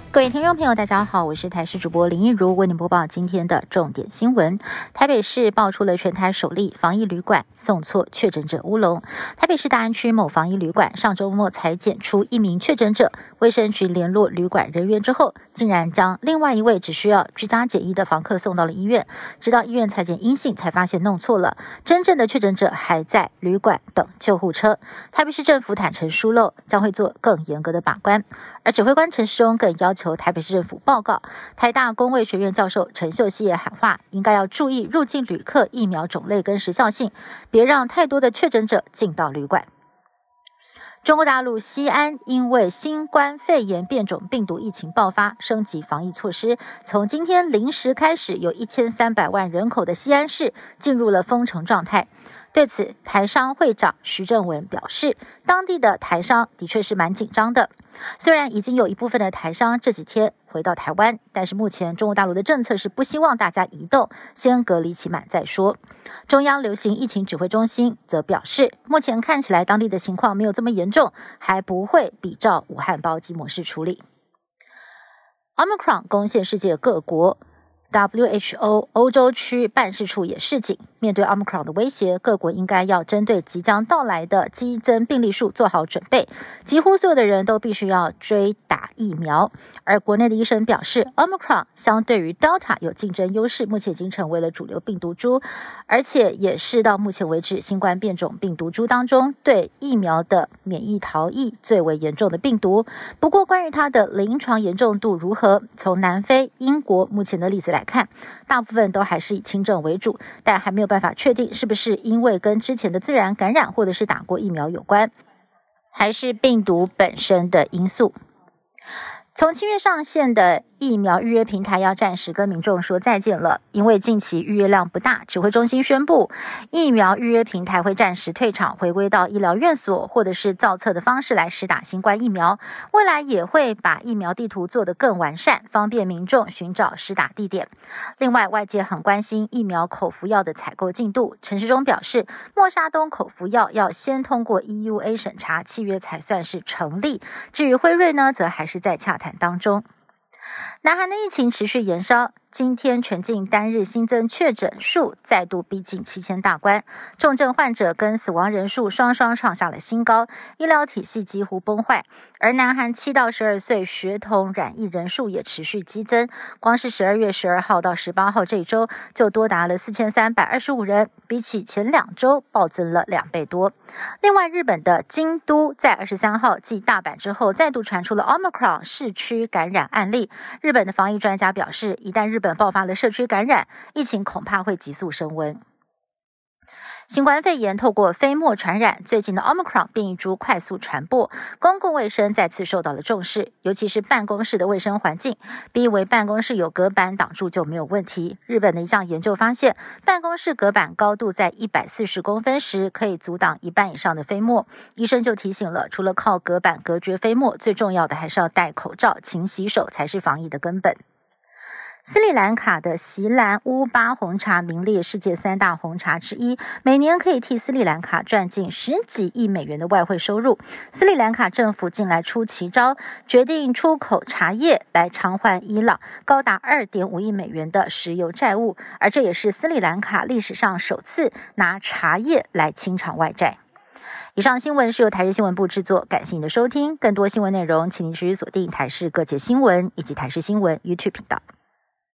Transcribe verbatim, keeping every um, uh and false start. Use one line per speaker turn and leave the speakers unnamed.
各位听众朋友大家好，我是台视主播林一如，为您播报今天的重点新闻。台北市爆出了全台首例防疫旅馆送错确诊者乌龙。台北市大安区某防疫旅馆上周末才检出一名确诊者，卫生局联络旅馆人员之后，竟然将另外一位只需要居家检疫的房客送到了医院，直到医院采检阴性才发现弄错了，真正的确诊者还在旅馆等救护车。台北市政府坦承疏漏，将会做更严格的把关。而指挥官陈时中更要求台北市政府报告。台大公卫学院教授陈秀熙也喊话，应该要注意入境旅客疫苗种类跟时效性，别让太多的确诊者进到旅馆。中国大陆西安因为新冠肺炎变种病毒疫情爆发，升级防疫措施。从今天零时开始，有一千三百万人口的西安市进入了封城状态。对此，台商会长徐正文表示，当地的台商的确是蛮紧张的。虽然已经有一部分的台商这几天回到台湾，但是目前中国大陆的政策是不希望大家移动，先隔离期满再说。中央流行疫情指挥中心则表示，目前看起来当地的情况没有这么严重，还不会比照武汉包机模式处理。Omicron 攻陷世界各国。W H O 欧洲区办事处也示警，面对 Omicron 的威胁，各国应该要针对即将到来的激增病例数做好准备，几乎所有的人都必须要追打疫苗。而国内的医生表示， Omicron 相对于 Delta 有竞争优势，目前已经成为了主流病毒株，而且也是到目前为止新冠变种病毒株当中对疫苗的免疫逃逸最为严重的病毒。不过关于它的临床严重度如何，从南非、英国目前的例子来看，大部分都还是以轻症为主，但还没有办法确定是不是因为跟之前的自然感染或者是打过疫苗有关，还是病毒本身的因素。从七月上线的疫苗预约平台要暂时跟民众说再见了，因为近期预约量不大，指挥中心宣布疫苗预约平台会暂时退场，回归到医疗院所或者是造册的方式来施打新冠疫苗。未来也会把疫苗地图做得更完善，方便民众寻找施打地点。另外，外界很关心疫苗口服药的采购进度，陈时中表示，默沙东口服药要先通过 E U A 审查，契约才算是成立。至于辉瑞呢，则还是在洽谈当中。南韩的疫情持续延烧，今天全境单日新增确诊数再度逼近七千大关，重症患者跟死亡人数双双创下了新高，医疗体系几乎崩坏。而南韩七到十二岁学童染疫人数也持续激增，光是十二月十二号到十八号这一周就多达了四千三百二十五人，比起前两周暴增了两倍多。另外，日本的京都在二十三号继大阪之后再度传出了 Omicron 市区感染案例。日本的防疫专家表示，一旦日本爆发了社区感染，疫情恐怕会急速升温。新冠肺炎透过飞沫传染，最近的 Omicron 变异株快速传播，公共卫生再次受到了重视，尤其是办公室的卫生环境。别以为办公室有隔板挡住就没有问题，日本的一项研究发现，办公室隔板高度在一百四十公分时，可以阻挡一半以上的飞沫。医生就提醒了，除了靠隔板隔绝飞沫，最重要的还是要戴口罩、勤洗手才是防疫的根本。斯里兰卡的锡兰乌巴红茶名列世界三大红茶之一，每年可以替斯里兰卡赚进十几亿美元的外汇收入。斯里兰卡政府近来出奇招，决定出口茶叶来偿还伊朗高达 二点五亿美元的石油债务，而这也是斯里兰卡历史上首次拿茶叶来清偿外债。以上新闻是由台视新闻部制作，感谢您的收听。更多新闻内容，请您持续锁定台视各界新闻以及台视新闻 YouTube 频道。